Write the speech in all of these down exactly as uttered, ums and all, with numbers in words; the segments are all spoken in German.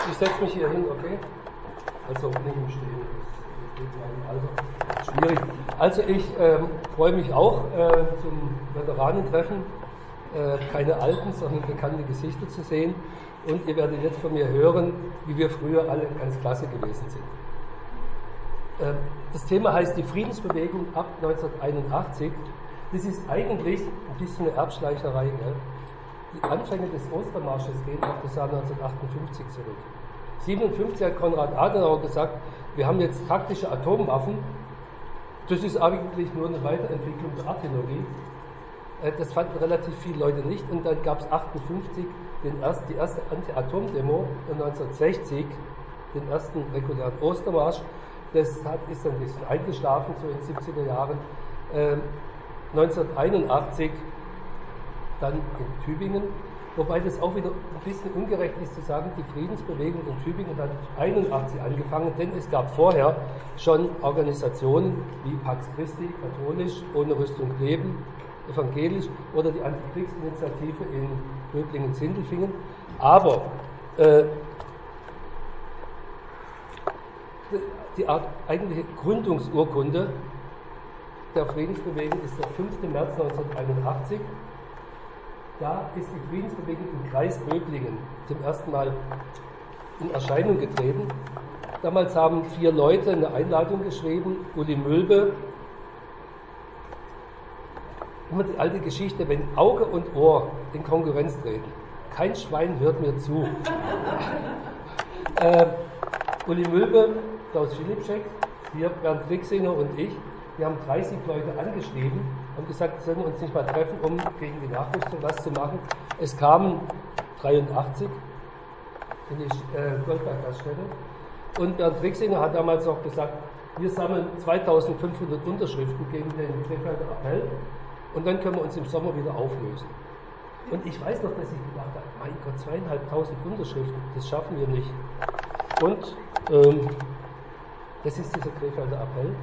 Ich setze mich hier hin, okay? Also nicht im Stehen, das geht also schwierig. Also ich ähm, freue mich auch äh, zum Veteranentreffen, äh, keine alten, sondern bekannte Gesichter zu sehen. Und ihr werdet jetzt von mir hören, wie wir früher alle ganz klasse gewesen sind. Ähm, das Thema heißt die Friedensbewegung ab neunzehnhunderteinundachtzig. Das ist eigentlich ein bisschen eine Erbschleicherei. Gell? Die Anfänge des Ostermarsches gehen auf das Jahr neunzehnhundertachtundfünfzig zurück. neunzehnhundertsiebenundfünfzig hat Konrad Adenauer gesagt, wir haben jetzt taktische Atomwaffen. Das ist eigentlich nur eine Weiterentwicklung der Artillerie. Das fanden relativ viele Leute nicht. Und dann gab es neunzehnhundertachtundfünfzig den erst, die erste Anti-Atom-Demo und neunzehnhundertsechzig den ersten regulären Ostermarsch. Das hat, ist dann ein bisschen eingeschlafen, so in den siebziger Jahren. Ähm, neunzehnhunderteinundachtzig dann in Tübingen, wobei das auch wieder ein bisschen ungerecht ist zu sagen, die Friedensbewegung in Tübingen hat einundachtzig angefangen, denn es gab vorher schon Organisationen wie Pax Christi, katholisch, ohne Rüstung leben, evangelisch oder die Antikriegsinitiative in Böblingen-Sindelfingen. Aber äh, die Art eigentliche Gründungsurkunde der Friedensbewegung ist der fünfte März neunzehnhunderteinundachtzig. Da ist die Friedensbewegung im Kreis Böblingen zum ersten Mal in Erscheinung getreten. Damals haben vier Leute eine Einladung geschrieben, Uli Mülbe. Immer die alte Geschichte, wenn Auge und Ohr in Konkurrenz treten. Kein Schwein hört mir zu. äh, Uli Mülbe, Klaus Philippschek, hier Bernd Rixinger und ich, wir haben dreißig Leute angeschrieben und gesagt, sollen wir uns nicht mal treffen, um gegen die Nachrüstung was zu machen. Es kamen dreiundachtzig in die äh, Goldberg-Gaststätte und Bernd Rixinger hat damals noch gesagt, wir sammeln zweitausendfünfhundert Unterschriften gegen den Krefelder Appell und dann können wir uns im Sommer wieder auflösen. Und ich weiß noch, dass ich gedacht habe, mein Gott, zweieinhalbtausend Unterschriften, das schaffen wir nicht. Und ähm, das ist dieser Krefelder Appell.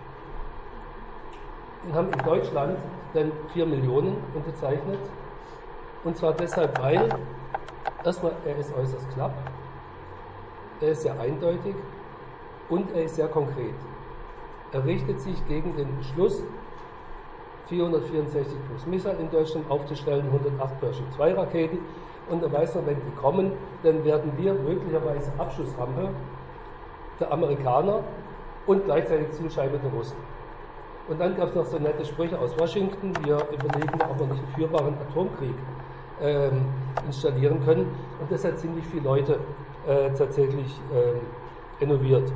Wir haben in Deutschland dann vier Millionen unterzeichnet. Und zwar deshalb, weil, erstmal, er ist äußerst knapp, er ist sehr eindeutig und er ist sehr konkret. Er richtet sich gegen den Beschluss, vierhundertvierundsechzig plus Missile in Deutschland aufzustellen, hundertacht Pershing zwei Raketen. Und er weiß noch, wenn die kommen, dann werden wir möglicherweise Abschussrampe der Amerikaner und gleichzeitig Zielscheibe der Russen. Und dann gab es noch so nette Sprüche aus Washington, wir überlegen, ob wir nicht einen führbaren Atomkrieg ähm, installieren können. Und das hat ziemlich viele Leute äh, tatsächlich ähm, innoviert.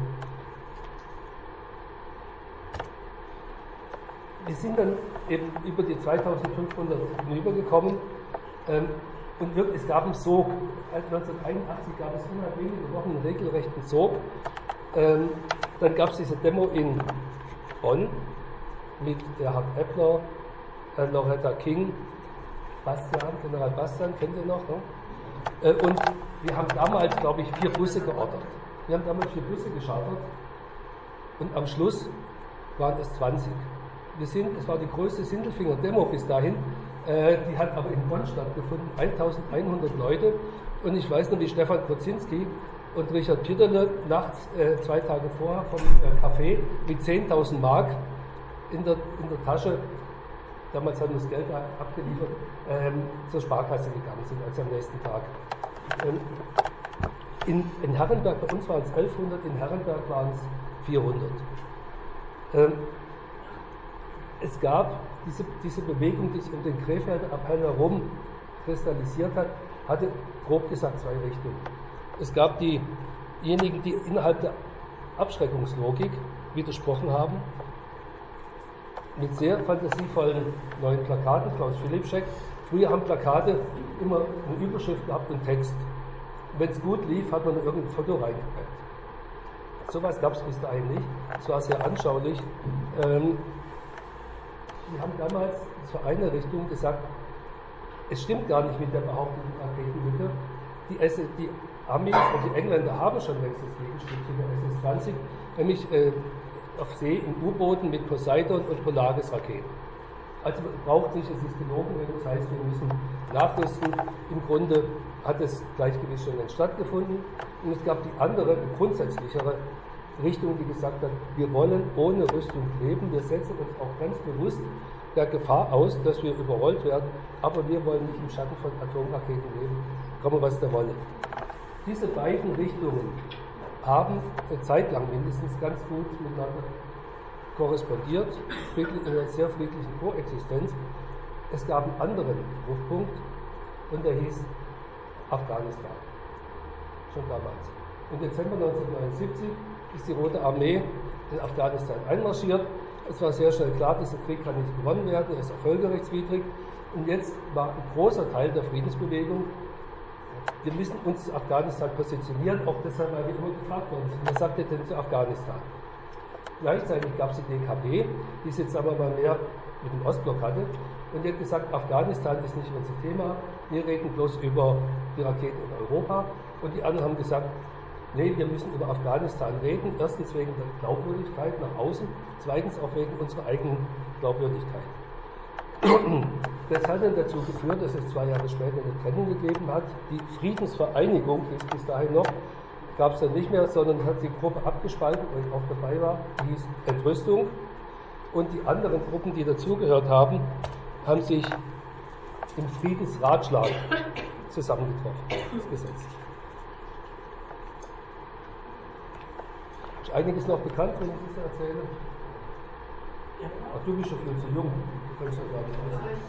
Wir sind dann eben über die zweitausendfünfhundert hinübergekommen ähm, und wirklich, es gab einen Sog. neunzehnhunderteinundachtzig gab es innerhalb weniger Wochen einen regelrechten Sog. Ähm, dann gab es diese Demo in Bonn mit Erhard Eppler, äh, Loretta King, Bastian, General Bastian, kennt ihr noch? Ne? Äh, und wir haben damals, glaube ich, vier Busse geordert. Wir haben damals vier Busse geschartert und am Schluss waren es zwanzig. Wir sind, es war die größte Sindelfinger Demo bis dahin, äh, die hat aber in Bonn stattgefunden, eintausendeinhundert Leute. Und ich weiß noch, wie Stefan Kozinski und Richard Pieterle nachts, äh, zwei Tage vorher vom äh, Café mit zehntausend Mark in der, in der Tasche, damals haben wir das Geld abgeliefert, ähm, zur Sparkasse gegangen sind, als am nächsten Tag. Ähm, in, in Herrenberg, bei uns waren es elfhundert, in Herrenberg waren es vierhundert. Ähm, es gab diese, diese Bewegung, die sich um den Krefelder Appell herum kristallisiert hat, hatte grob gesagt zwei Richtungen. Es gab die, diejenigen, die innerhalb der Abschreckungslogik widersprochen haben, mit sehr fantasievollen neuen Plakaten, Klaus Philippschek. Früher haben Plakate immer eine Überschrift gehabt und Text. Wenn es gut lief, hat man da irgendein Foto reingepackt. So etwas gab es bis dahin nicht. Es war sehr anschaulich. Ähm, wir haben damals zur eine Richtung gesagt, es stimmt gar nicht mit der behaupteten Raketenlücke. Die, S die Amis und die Engländer haben schon längst das Gegenstück zu der S S zwanzig, nämlich äh, auf See in U-Booten mit Poseidon und Polaris-Raketen. Also man braucht nicht, es ist gelogen, wenn das heißt, wir müssen nachrüsten. Im Grunde hat das Gleichgewicht schon längst stattgefunden. Und es gab die andere, grundsätzlichere Richtung, die gesagt hat, wir wollen ohne Rüstung leben, wir setzen uns auch ganz bewusst der Gefahr aus, dass wir überrollt werden, aber wir wollen nicht im Schatten von Atomraketen leben, komme was da wolle. Diese beiden Richtungen haben eine Zeit lang mindestens ganz gut miteinander korrespondiert, in einer sehr friedlichen Koexistenz. Es gab einen anderen Bruchpunkt und der hieß Afghanistan, schon damals. Im Dezember neunzehnhundertneunundsiebzig ist die Rote Armee in Afghanistan einmarschiert. Es war sehr schnell klar, dieser Krieg kann nicht gewonnen werden, er ist auch völkerrechtswidrig. Und jetzt war ein großer Teil der Friedensbewegung, wir müssen uns zu Afghanistan positionieren, auch deshalb, weil wir immer gefragt worden sind, was sagt ihr denn zu Afghanistan? Gleichzeitig gab es die D K P, die es jetzt aber mal mehr mit dem Ostblock hatte, und die hat gesagt, Afghanistan ist nicht unser Thema, wir reden bloß über die Raketen in Europa. Und die anderen haben gesagt, nee, wir müssen über Afghanistan reden, erstens wegen der Glaubwürdigkeit nach außen, zweitens auch wegen unserer eigenen Glaubwürdigkeit. Das hat dann dazu geführt, dass es zwei Jahre später eine Trennung gegeben hat. Die Friedensvereinigung, die es bis dahin noch gab es dann nicht mehr, sondern hat die Gruppe abgespalten, wo ich auch dabei war, die hieß Entrüstung. Und die anderen Gruppen, die dazugehört haben, haben sich im Friedensratschlag zusammengetroffen, gesetzt. Ist einiges noch bekannt, wenn ich das erzähle? Ach, du bist schon viel zu jung. Du kannst ja gar nicht wissen.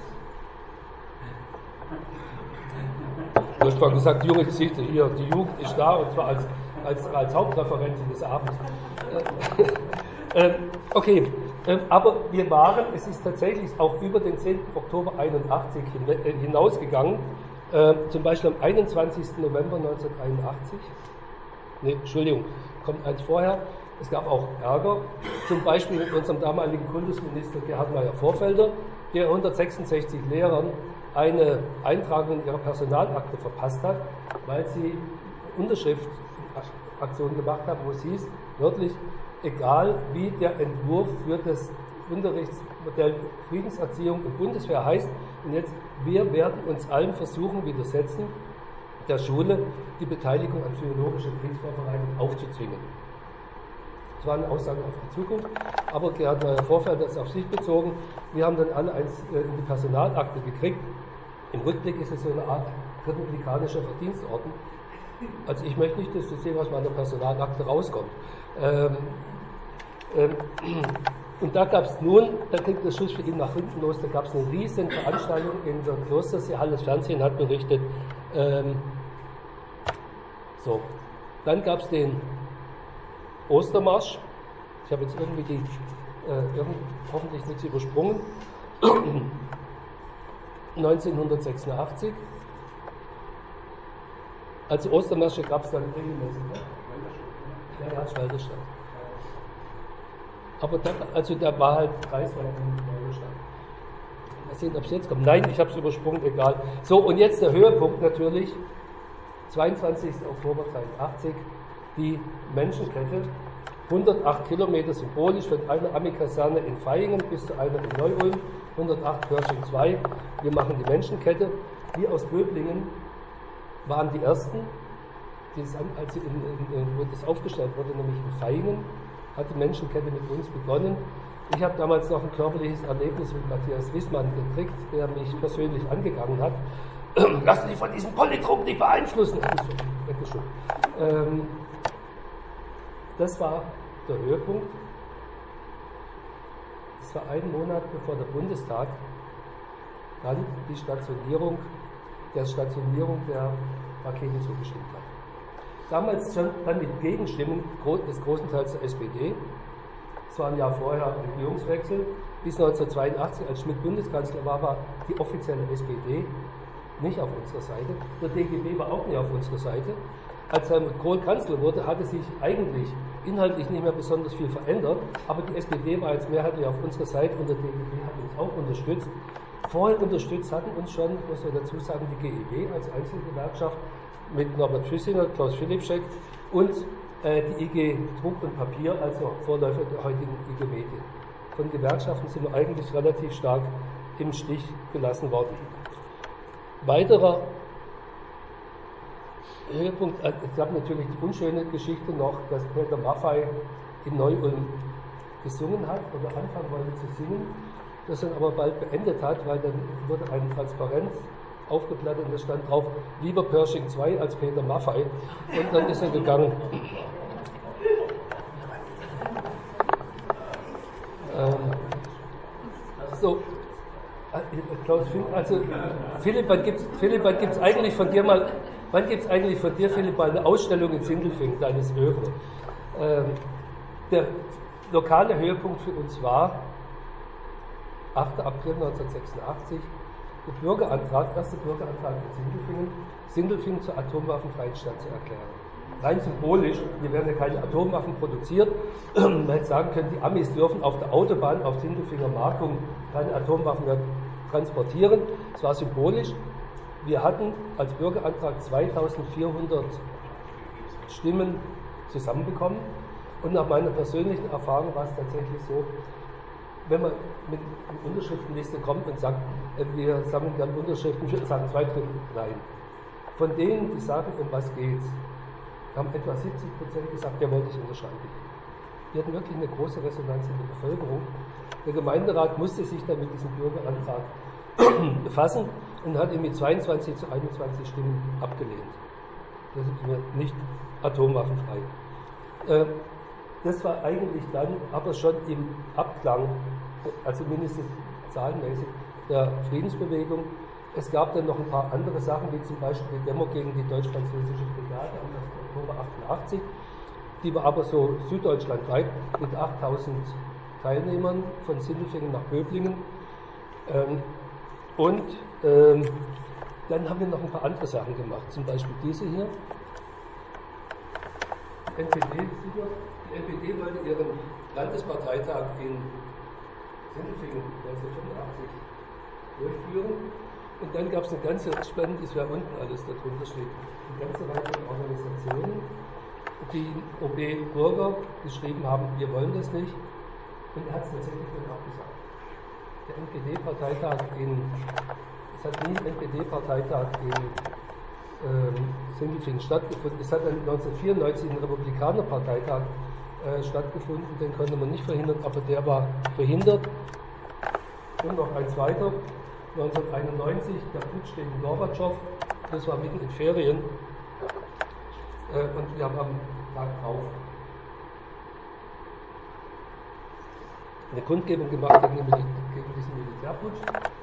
Du hast zwar gesagt, junge Gesichter hier, die Jugend ist da, und zwar als, als, als Hauptreferentin des Abends. Äh, okay, äh, aber wir waren, es ist tatsächlich auch über den zehnten Oktober einundachtzig hin, äh, hinausgegangen, äh, zum Beispiel am einundzwanzigsten November neunzehnhunderteinundachtzig, nee, Entschuldigung, kommt eins vorher, es gab auch Ärger, zum Beispiel mit unserem damaligen Kultusminister Gerhard Meyer-Vorfelder, der hundertsechsundsechzig Lehrern eine Eintragung in ihrer Personalakte verpasst hat, weil sie Unterschriftaktionen gemacht haben, wo es hieß, wörtlich, egal wie der Entwurf für das Unterrichtsmodell Friedenserziehung und Bundeswehr heißt, und jetzt, wir werden uns allen Versuchen widersetzen, der Schule die Beteiligung an psychologischer Kriegsvorbereitung aufzuzwingen. Das war eine Aussage auf die Zukunft, aber Gerhard Meyer-Vorfelder hat das auf sich bezogen. Wir haben dann alle eins in die Personalakte gekriegt. Im Rückblick ist es so eine Art republikanischer Verdienstorden. Also ich möchte nicht, dass das hier aus meiner Personalakte rauskommt. Ähm, ähm, und da gab es nun, da kriegt der Schuss für ihn nach hinten los, da gab es eine riesen Veranstaltung in der Klosterhalle, das Fernsehen hat berichtet. Ähm, so, dann gab es den Ostermarsch. Ich habe jetzt irgendwie die, äh, irgend, hoffentlich nichts übersprungen. neunzehnhundertsechsundachtzig. Also Ostermärsche gab es dann regelmäßig. Ne? Ja, ja, Schneiderstadt. Aber da, also da war halt kreisweit in Schneiderstadt. Mal sehen, ob es jetzt kommt. Nein, ich habe es übersprungen, egal. So, und jetzt der Höhepunkt natürlich. zweiundzwanzigsten Oktober neunzehnhundertdreiundachtzig, die Menschenkette. hundertacht Kilometer symbolisch von einer Armeekaserne in Vaihingen bis zu einer in Neu-Ulm. hundertacht Pershing zwei. Wir machen die Menschenkette. Wir aus Böblingen waren die Ersten, die das, als in, in, in, wo das aufgestellt wurde, nämlich in Vaihingen, hat die Menschenkette mit uns begonnen. Ich habe damals noch ein körperliches Erlebnis mit Matthias Wissmann gekriegt, der mich persönlich angegangen hat. Lassen Sie von diesem Politruck nicht beeinflussen. Ähm, das war der Höhepunkt. Das war ein Monat bevor der Bundestag dann die Stationierung der Stationierung der Raketen zugestimmt hat. Damals schon dann mit Gegenstimmen des großen Teils der S P D. Es war ein Jahr vorher ein Regierungswechsel. Bis neunzehnhundertzweiundachtzig, als Schmidt Bundeskanzler war, war die offizielle S P D nicht auf unserer Seite. Der D G B war auch nicht auf unserer Seite. Als Helmut Kohl Kanzler wurde, hatte sich eigentlich inhaltlich nicht mehr besonders viel verändert, aber die S P D war jetzt mehrheitlich auf unserer Seite und der D G B hat uns auch unterstützt. Vorher unterstützt hatten uns schon, muss man dazu sagen, die G E W als Einzelgewerkschaft mit Norbert Füssinger, Klaus Philippschek und äh, die I G Druck und Papier, also Vorläufer der heutigen I G Medien. Von Gewerkschaften sind wir eigentlich relativ stark im Stich gelassen worden. Weiterer Höhepunkt, es gab natürlich die unschöne Geschichte noch, dass Peter Maffay in Neu-Ulm gesungen hat oder anfangen wollte zu singen, das dann aber bald beendet hat, weil dann wurde eine Transparenz aufgeplattet und da stand drauf, lieber Pershing zwei als Peter Maffay, und dann ist er gegangen. ähm, so, Klaus, also Philipp, wann gibt es Philipp, wann gibt's eigentlich von dir mal, wann gibt es eigentlich von dir, Philipp, mal eine Ausstellung in Sindelfingen, deines Övre? Ähm, der lokale Höhepunkt für uns war achter April neunzehnhundertsechsundachtzig, der Bürgerantrag, erste Bürgerantrag in Sindelfingen, Sindelfingen zur atomwaffenfreien Stadt zu erklären. Rein symbolisch, hier werden ja keine Atomwaffen produziert. Man hätte sagen können, die Amis dürfen auf der Autobahn auf Sindelfinger Markung keine Atomwaffen mehr transportieren. Es war symbolisch. Wir hatten als Bürgerantrag zweitausendvierhundert Stimmen zusammenbekommen. Und nach meiner persönlichen Erfahrung war es tatsächlich so, wenn man mit einer Unterschriftenliste kommt und sagt, wir sammeln gerne Unterschriften, sagen zwei Drittel nein. Von denen, die sagen, um was geht's, haben etwa siebzig Prozent gesagt, ja, wollte ich unterschreiben. Wir hatten wirklich eine große Resonanz in der Bevölkerung. Der Gemeinderat musste sich dann mit diesem Bürgerantrag befassen und hat ihn mit zweiundzwanzig zu einundzwanzig Stimmen abgelehnt. Das sind wir nicht atomwaffenfrei. Das war eigentlich dann aber schon im Abklang, also mindestens zahlenmäßig, der Friedensbewegung. Es gab dann noch ein paar andere Sachen, wie zum Beispiel die Demo gegen die deutsch-französische Brigade am Oktober achtundachtzig. Die war aber so süddeutschlandweit mit achttausend Teilnehmern von Sindelfingen nach Böblingen. Und ähm, dann haben wir noch ein paar andere Sachen gemacht, zum Beispiel diese hier. N P D, die N P D wollte ihren Landesparteitag in Sindelfingen neunzehnhundertfünfundachtzig durchführen. Und dann gab es eine ganze, spannend ist, wer unten alles darunter steht, eine ganze Reihe von Organisationen, die O B Burger geschrieben haben, wir wollen das nicht. Und er hat es tatsächlich dann auch gesagt. Der N P D-Parteitag in, es hat nie ein N P D-Parteitag in ähm, Sindelfingen stattgefunden. Es hat dann neunzehnhundertvierundneunzig ein Republikaner-Parteitag äh, stattgefunden, den konnte man nicht verhindern, aber der war verhindert. Und noch eins weiter. neunzehnhunderteinundneunzig, der Putsch gegen Gorbatschow, das war mitten in Ferien, äh, und wir haben am Tag drauf eine Kundgebung gemacht gegen, den, gegen diesen Militärputsch.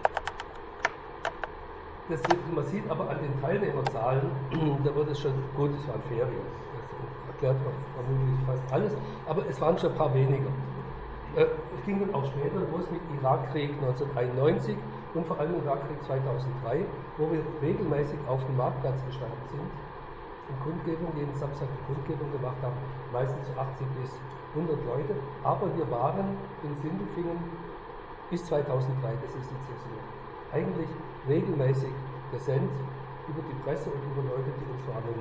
Das sieht, man sieht aber an den Teilnehmerzahlen, da wurde es schon gut, es waren Ferien, das erklärt vermutlich fast alles, aber es waren schon ein paar weniger. Äh, es ging dann auch später los mit Irakkrieg neunzehnhunderteinundneunzig, und vor allem im Irakkrieg zweitausenddrei, wo wir regelmäßig auf dem Marktplatz gestanden sind und Kundgebung, jeden Samstag eine Kundgebung gemacht haben, meistens so achtzig bis hundert Leute, aber wir waren in Sindelfingen bis zweitausenddrei, das ist die Zäsur, eigentlich regelmäßig präsent über die Presse und über Leute, die uns wahrnehmen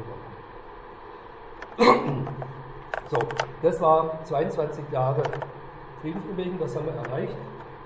wollten. So, das war zweiundzwanzig Jahre Friedensbewegung, das haben wir erreicht.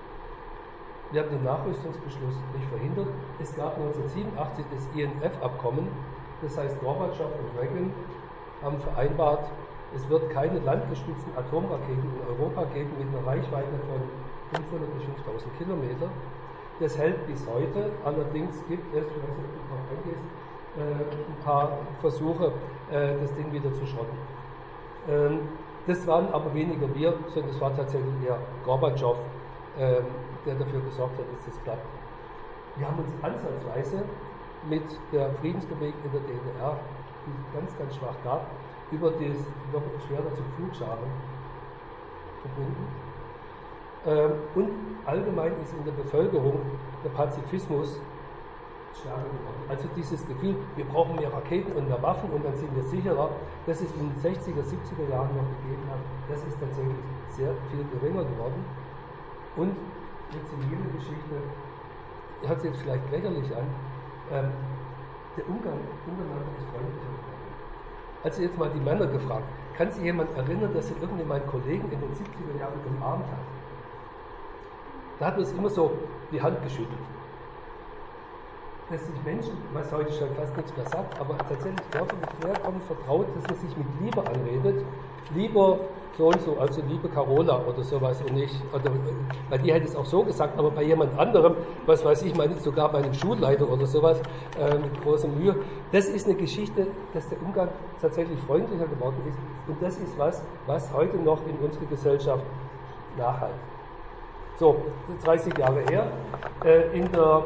Wir haben den Nachrüstungsbeschluss nicht verhindert. Es gab neunzehnhundertsiebenundachtzig das I N F-Abkommen, das heißt Gorbatschow und Reagan haben vereinbart, es wird keine landgestützten Atomraketen in Europa geben mit einer Reichweite von fünfhundert bis fünftausend Kilometer. Das hält bis heute, allerdings gibt es, ich weiß nicht, ob du darauf eingehst, äh, ein paar Versuche, äh, das Ding wieder zu schrotten. Ähm, das waren aber weniger wir, sondern es war tatsächlich eher Gorbatschow, ähm, der dafür gesorgt hat, dass das klappt. Wir haben uns ansatzweise mit der Friedensbewegung in der D D R, die es ganz, ganz schwach gab, über das noch schwerer zum Flugscharen verbunden. Ähm, und allgemein ist in der Bevölkerung der Pazifismus stärker geworden. Also dieses Gefühl, wir brauchen mehr Raketen und mehr Waffen und dann sind wir sicherer, das es in den sechziger, siebziger Jahren noch gegeben hat, das ist tatsächlich sehr viel geringer geworden. Und jetzt in jeder Geschichte, hört sich jetzt vielleicht lächerlich an, ähm, der Umgang untereinander ist freundlicher geworden. Also jetzt mal die Männer gefragt, kann sich jemand erinnern, dass er irgendwie meinen Kollegen in den siebziger Jahren umarmt hat? Da hat man es immer so die Hand geschüttelt. dass sich Menschen, was heute schon fast nichts mehr sagt, aber tatsächlich körperlich näher kommen, vertraut, dass man sich mit Liebe anredet. Lieber so und so, also liebe Carola oder sowas und nicht, oder, weil die hätte es auch so gesagt, aber bei jemand anderem, was weiß ich, meine, sogar bei einem Schulleiter oder sowas, äh, mit großer Mühe. Das ist eine Geschichte, dass der Umgang tatsächlich freundlicher geworden ist und das ist was, was heute noch in unserer Gesellschaft nachhallt. So, dreißig Jahre her, äh, in der,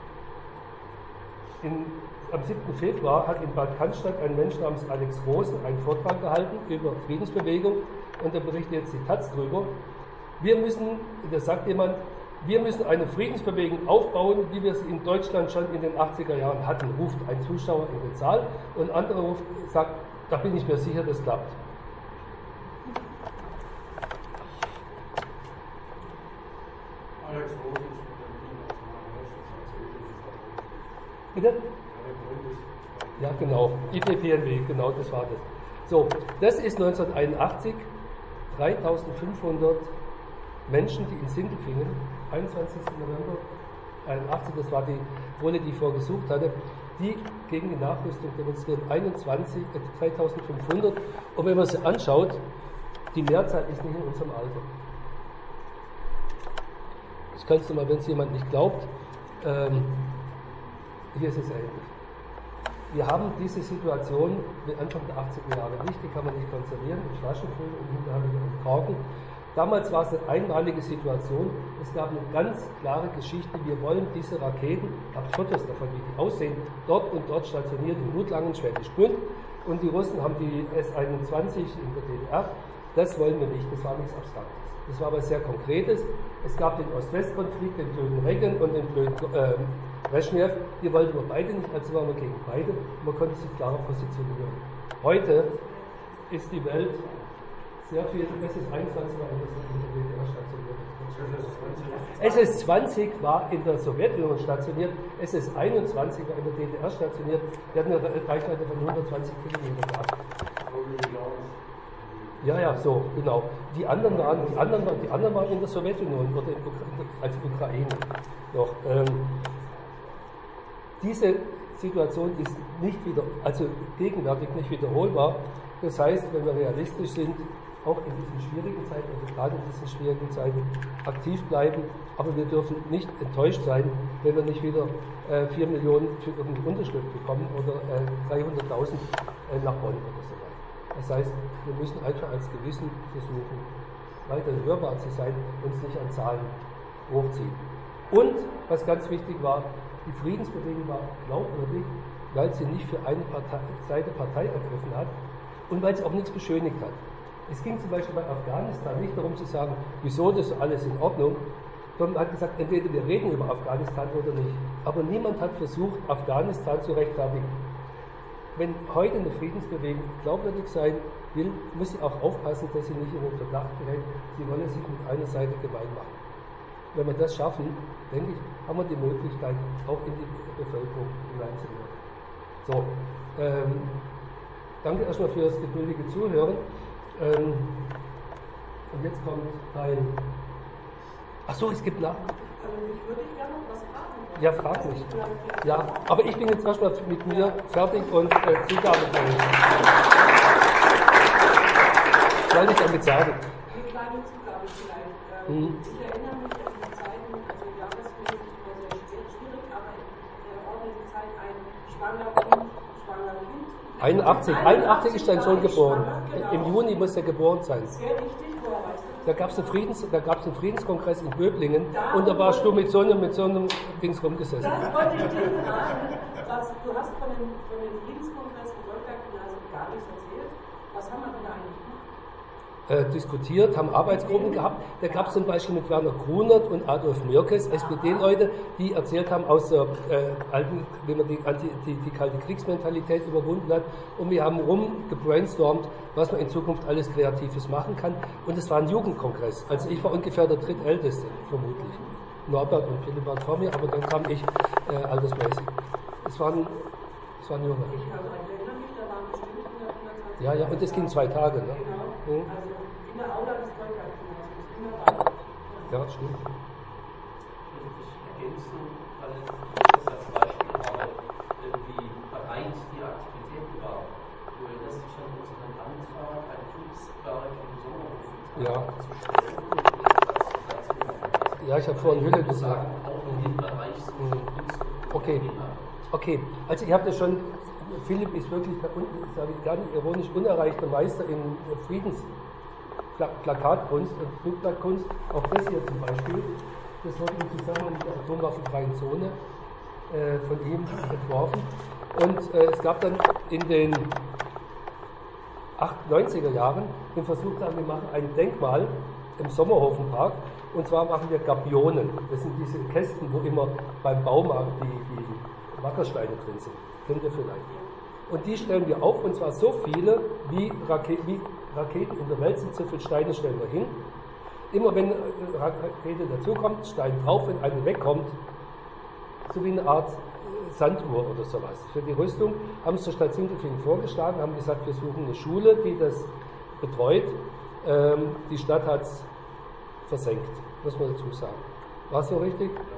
in, am siebten Februar hat in Bad Cannstatt ein Mensch namens Alex Rosen einen Vortrag gehalten über Friedensbewegung und da berichtet jetzt die Taz drüber. Wir müssen, da sagt jemand, wir müssen eine Friedensbewegung aufbauen, wie wir sie in Deutschland schon in den achtziger Jahren hatten, ruft ein Zuschauer in den Saal und ein anderer ruft, sagt, da bin ich mir sicher, das klappt. Alex Rosen. Bitte? Ja, genau. I P P N W, genau, das war das. So, das ist neunzehnhunderteinundachtzig, dreitausendfünfhundert Menschen, die in Sindelfingen, einundzwanzigsten November einundachtzig, das war die Rolle, die ich vorgesucht hatte, die gegen die Nachrüstung demonstrieren, einundzwanzig, äh, dreitausendfünfhundert. Und wenn man sie anschaut, die Mehrzahl ist nicht in unserem Alter. Ich kann es mal, wenn es jemand nicht glaubt, ähm, hier ist es ähnlich. Wir haben diese Situation wie Anfang der achtziger Jahre nicht, die kann man nicht konservieren, mit Flaschen füllen und hinterher wieder entkorken. Damals war es eine einmalige Situation, es gab eine ganz klare Geschichte, wir wollen diese Raketen, ich habe Fotos davon, wie die aussehen, dort und dort stationiert in Mutlangen, Schwäbisch Gmünd und die Russen haben die S einundzwanzig in der D D R, das wollen wir nicht, das war nichts Abstraktes. Das war aber sehr Konkretes. Es gab den Ost-West-Konflikt, den blöden Reagan und den blöden äh, Brezhnev. Die wollten wir beide nicht, also waren wir gegen beide. Man konnte sich klarer positionieren. Heute ist die Welt sehr viel, S S einundzwanzig war in der D D R stationiert. S S zwanzig war in der Sowjetunion stationiert, S S einundzwanzig war in der D D R stationiert. Die hatten eine Reichweite von hundertzwanzig Kilometer gehabt. Ja, ja, so, genau. Die anderen waren, die anderen waren, die anderen waren in der Sowjetunion oder in Ukra als Ukraine noch. Ähm, diese Situation ist nicht wieder, also gegenwärtig nicht wiederholbar. Das heißt, wenn wir realistisch sind, auch in diesen schwierigen Zeiten, also gerade in diesen schwierigen Zeiten, aktiv bleiben, aber wir dürfen nicht enttäuscht sein, wenn wir nicht wieder äh, vier Millionen für irgendeine Unterschrift bekommen oder äh, dreihunderttausend äh, nach Bonn oder so weiter. Das heißt, wir müssen einfach als Gewissen versuchen, weiterhin hörbar zu sein, uns nicht an Zahlen hochziehen. Und, was ganz wichtig war, die Friedensbewegung war glaubwürdig, weil sie nicht für eine Partei, Seite Partei ergriffen hat und weil sie auch nichts beschönigt hat. Es ging zum Beispiel bei Afghanistan nicht darum zu sagen, wieso, das ist alles in Ordnung, sondern man hat gesagt, entweder wir reden über Afghanistan oder nicht. Aber niemand hat versucht, Afghanistan zu rechtfertigen. Wenn heute eine Friedensbewegung glaubwürdig sein will, muss sie auch aufpassen, dass sie nicht in den Verdacht gerät, sie wolle sich mit einer Seite gemein machen. Wenn wir das schaffen, denke ich, haben wir die Möglichkeit, auch in die Bevölkerung hineinzuwirken. So, ähm, danke erstmal für das geduldige Zuhören. Ähm, und jetzt kommt Teil. Achso, es gibt nach. Also ich würde gerne noch was fragen. Ja, frag mich. Ja, aber ich bin jetzt erstmal mit mir fertig und äh, Zugabe bringen. Soll ich damit sagen? Eine kleine Zugabe vielleicht. Ähm, Mhm. Ich erinnere mich an die Zeiten, also jahresmäßig immer sehr schwierig, aber in der ordentlichen Zeit ein schwanger Kind, schwanger Kind. einundachtzig, einundachtzig ist dein Sohn geboren. Genau. Im Juni muss er geboren sein. Sehr wichtig, woher weißt du? Da gab es einen, Friedens, da gab's einen Friedenskongress in Böblingen und da warst du mit so einem, mit so einem Dings rumgesessen. Das wollte ich dir fragen. Was, du hast von dem, von dem Friedenskongress im Goldberg-Gymnasium gar nichts erzählt. Was haben wir denn da eigentlich gemacht? Äh, diskutiert, haben Arbeitsgruppen gehabt. Da gab es zum Beispiel mit Werner Grunert und Adolf Mürkes, S P D-Leute, die erzählt haben aus der äh, alten, wie man die, Anti, die, die kalte Kriegsmentalität überwunden hat. Und wir haben rumgebrainstormt, was man in Zukunft alles Kreatives machen kann. Und es war ein Jugendkongress. Also ich war ungefähr der drittälteste, vermutlich. Norbert und Philipp waren vor mir, aber dann kam ich äh, altersmäßig. Es waren, es waren Junge. Ich also erinnere mich, da waren bestimmt hundertzwanzig. Ja, ja, und es ging zwei Tage. Ne? Genau. Mhm. Also in der Aula des Goldberg-Gymnasiums. Wunderbar. Ja, stimmt. Würde ich ergänzen, weil ich das als Beispiel Du erinnerst dich an unseren Antrag, ein Kunstwerk im Sommerhof Ja. zu stellen. Ja, ich habe vorhin Hülle gesagt. Sagen, auch in dem Bereich so viel Kunst und Okay. Okay, also ihr habt ja schon, Philipp ist wirklich, sage ich gar nicht ironisch, unerreichter Meister in Friedensplakatkunst und Flugplattkunst. Auch das hier zum Beispiel, das wurde im Zusammenhang mit der atomwaffenfreien Zone äh, von ihm entworfen. Und äh, es gab dann in den neunziger Jahren den Versuch, wir machen ein Denkmal im Sommerhofenpark. Und zwar machen wir Gabionen. Das sind diese Kästen, wo immer beim Baumarkt die, die Wackersteine drin sind. Kennt ihr vielleicht? Und die stellen wir auf, und zwar so viele, wie, Rake wie Raketen in der Welt sind, so viele Steine stellen wir hin. Immer wenn eine Rakete dazukommt, Stein drauf, wenn eine wegkommt, so wie eine Art Sanduhr oder sowas. Für die Rüstung haben sie zur Stadt Sindelfingen vorgeschlagen, haben gesagt, wir suchen eine Schule, die das betreut. Ähm, die Stadt hat es versenkt, muss man dazu sagen. War es so richtig? Eine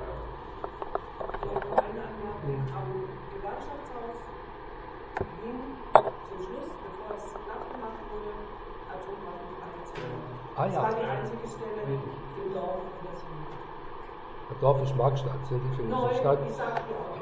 Anmerkung am Gewerkschaftshaus ging zum Schluss, bevor es knapp gemacht wurde, atomwaffenfreie Zone. Ah Das ja. war die einzige Stelle im Dorf, wo das ging. Das Dorf ist Markstadt, Sindelfingen ist eine Stadt. Ich sag dir auch.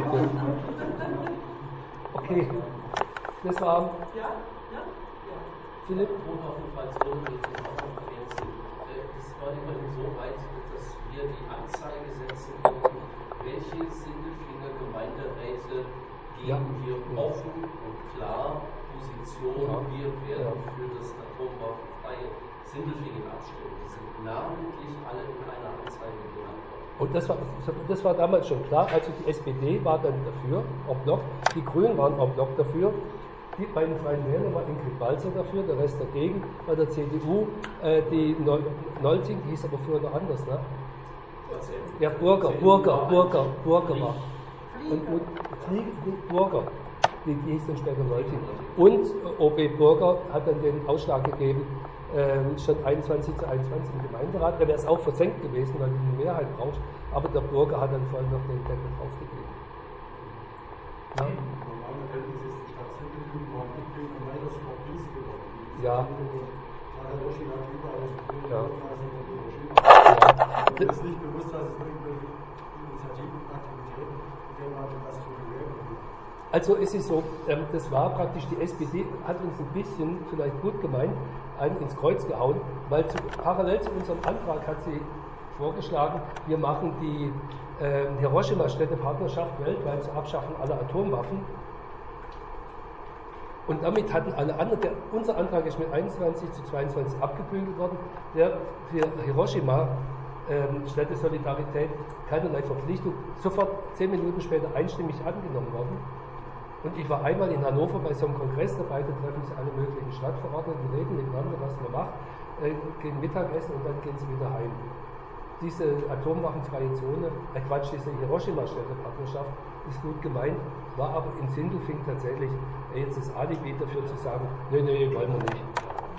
Okay, das war Ja? Ja? Ja. Philipp. Wohnwaffenfreizone, die jetzt auch noch erwähnt sind. Es war immerhin so weit, dass wir die Anzeige setzen konnten, welche Sindelfinger Gemeinderäte geben Ja. wir offen und klar Position, Ja. wir werden Ja. für das atomwaffenfreie Sindelfingen abstimmen. Die sind namentlich alle in einer Anzeige genannt worden. Und das war, das war damals schon klar, also die S P D war dann dafür, en bloc, die Grünen waren en bloc dafür, die beiden Freien Wähler war Ingrid Balzer dafür, der Rest dagegen, bei der C D U, äh, die Nolting, die hieß aber früher noch anders, ne? Ja, Burger, Burger, Burger, Burger war. Und, und Flieg, Burger, die, die hieß dann später Nolting. Und äh, O B Burger hat dann den Ausschlag gegeben, ähm, statt einundzwanzig zu einundzwanzig im Gemeinderat. Da wäre es auch versenkt gewesen, weil du eine Mehrheit brauchst. Aber der Burger hat dann vor allem noch den Deckel draufgegeben. Ja. Normale Verhältnis ist die Stadt Sindelfingen, war Mitglied und leider ist auch Dienst geworden. Ja. Gerade Roshi hat überall das Gefühl, Ja. ja. Ja. Es ist nicht bewusst, dass es irgendwelche Initiativen und Aktivitäten gegeben hat, was zu bewegen. Also es ist so, ähm, das war praktisch, die S P D hat uns ein bisschen, vielleicht gut gemeint, einen ins Kreuz gehauen, weil zu, parallel zu unserem Antrag hat sie vorgeschlagen, wir machen die äh, Hiroshima-Städtepartnerschaft weltweit zur Abschaffung aller Atomwaffen. Und damit hatten alle anderen, der, unser Antrag ist mit einundzwanzig zu zweiundzwanzig abgebügelt worden, der für Hiroshima ähm, Städte-Solidarität keinerlei Verpflichtung, sofort zehn Minuten später einstimmig angenommen worden. Und ich war einmal in Hannover bei so einem Kongress dabei, da treffen sich alle möglichen Stadtverordneten, reden miteinander, was man macht, äh, gehen Mittagessen und dann gehen sie wieder heim. Diese atomwaffenfreie Zone, äh Quatsch, diese Hiroshima-Städtepartnerschaft ist gut gemeint, war aber in Sindelfingen tatsächlich äh, jetzt das Alibi dafür zu sagen, nee, nee, wollen wir nicht.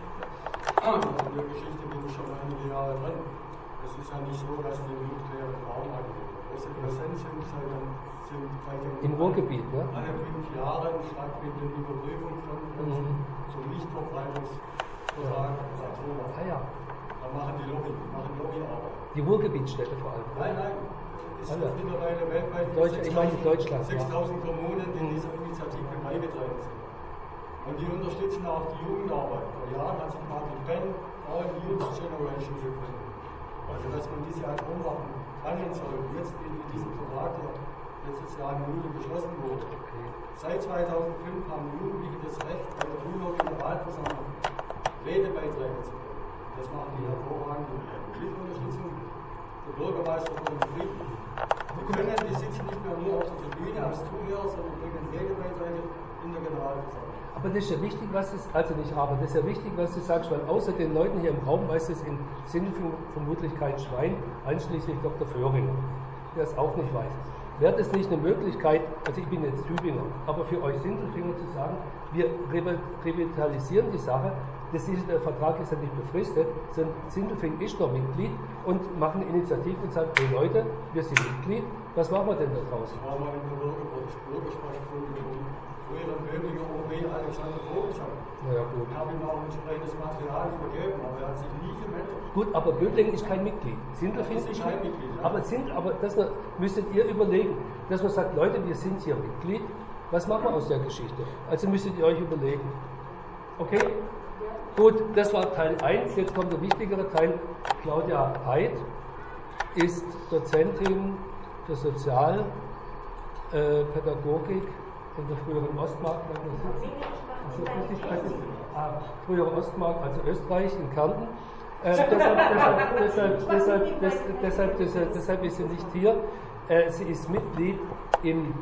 In der Geschichte bin ich schon einige Jahre drin. Es ist ja nicht so, dass wir nuklearen Raum hatten. Große Präsenz sind seit sind seit den Im Ruhrgebiet, ne? alle fünf Jahre stattfindende Überprüfungskonferenzen Mhm. zum Nichtverbreitungsvertrag des Atomwaffen. Ah ja, Da machen die Lobby, machen Lobbyarbeit. die Ruhrgebietsstädte vor allem. Nein, nein. Es Alle. gibt mittlerweile weltweit Deutsch, ich meine Deutschland, ja. sechstausend Kommunen, die Mhm. dieser Initiative beigetreten sind. Und die unterstützen auch die Jugendarbeit. Vor Jahren hat sich Martin Penn All Youth Generation gegründet. Also, dass man diese Atomwaffen bannen soll, jetzt in diesem Vertrag, der letztes Jahr im Juli beschlossen wurde. Okay. Seit zweitausendfünf haben Jugendliche das Recht, bei der UNO-Generalversammlung Redebeiträge zu geben. Das machen die hervorragend mit Unterstützung der Bürgermeister von Frieden. Die können, die sitzen nicht mehr nur auf der Tribüne als Zuhörer, sondern bringen Redebeiträge in der Generalversammlung. Aber das ist ja wichtig, was du, also nicht aber, das ist ja wichtig, was du sagst, weil außer den Leuten hier im Raum weiß es in Sindelfingen vermutlich kein Schwein, einschließlich Doktor Föhringer, der es auch nicht weiß. Wäre das nicht eine Möglichkeit, also ich bin jetzt Tübinger, aber für euch Sindelfinger zu sagen, wir revitalisieren die Sache, das ist, der Vertrag ist ja nicht befristet, sondern Sindelfingen ist noch Mitglied und machen eine Initiative und sagen, hey Leute, wir sind Mitglied, was machen wir denn da draußen? Das war mal in der Bürgersprechstunde früher der Böhminger O B Alexander Vogelsang. Naja, gut. Ich habe ihm auch entsprechendes Material übergeben, aber er hat sich nie gemeldet. Gut, aber Böblingen ist kein Mitglied. Sindelfingen Das ist ist kein Mitglied. Mitglied, ja. Aber, sind, aber das müsstet ihr überlegen, dass man sagt, Leute, wir sind hier Mitglied. Was machen wir aus der Geschichte? Also müsstet ihr euch überlegen. Okay? Gut, das war Teil eins. Jetzt kommt der wichtigere Teil. Claudia Heid ist Dozentin für Sozialpädagogik in der früheren Ostmark. Also, ah, frühere Ostmark, also Österreich in Kärnten. Äh, deshalb, deshalb, deshalb, deshalb, deshalb, deshalb, deshalb ist sie nicht hier. Äh, sie ist Mitglied im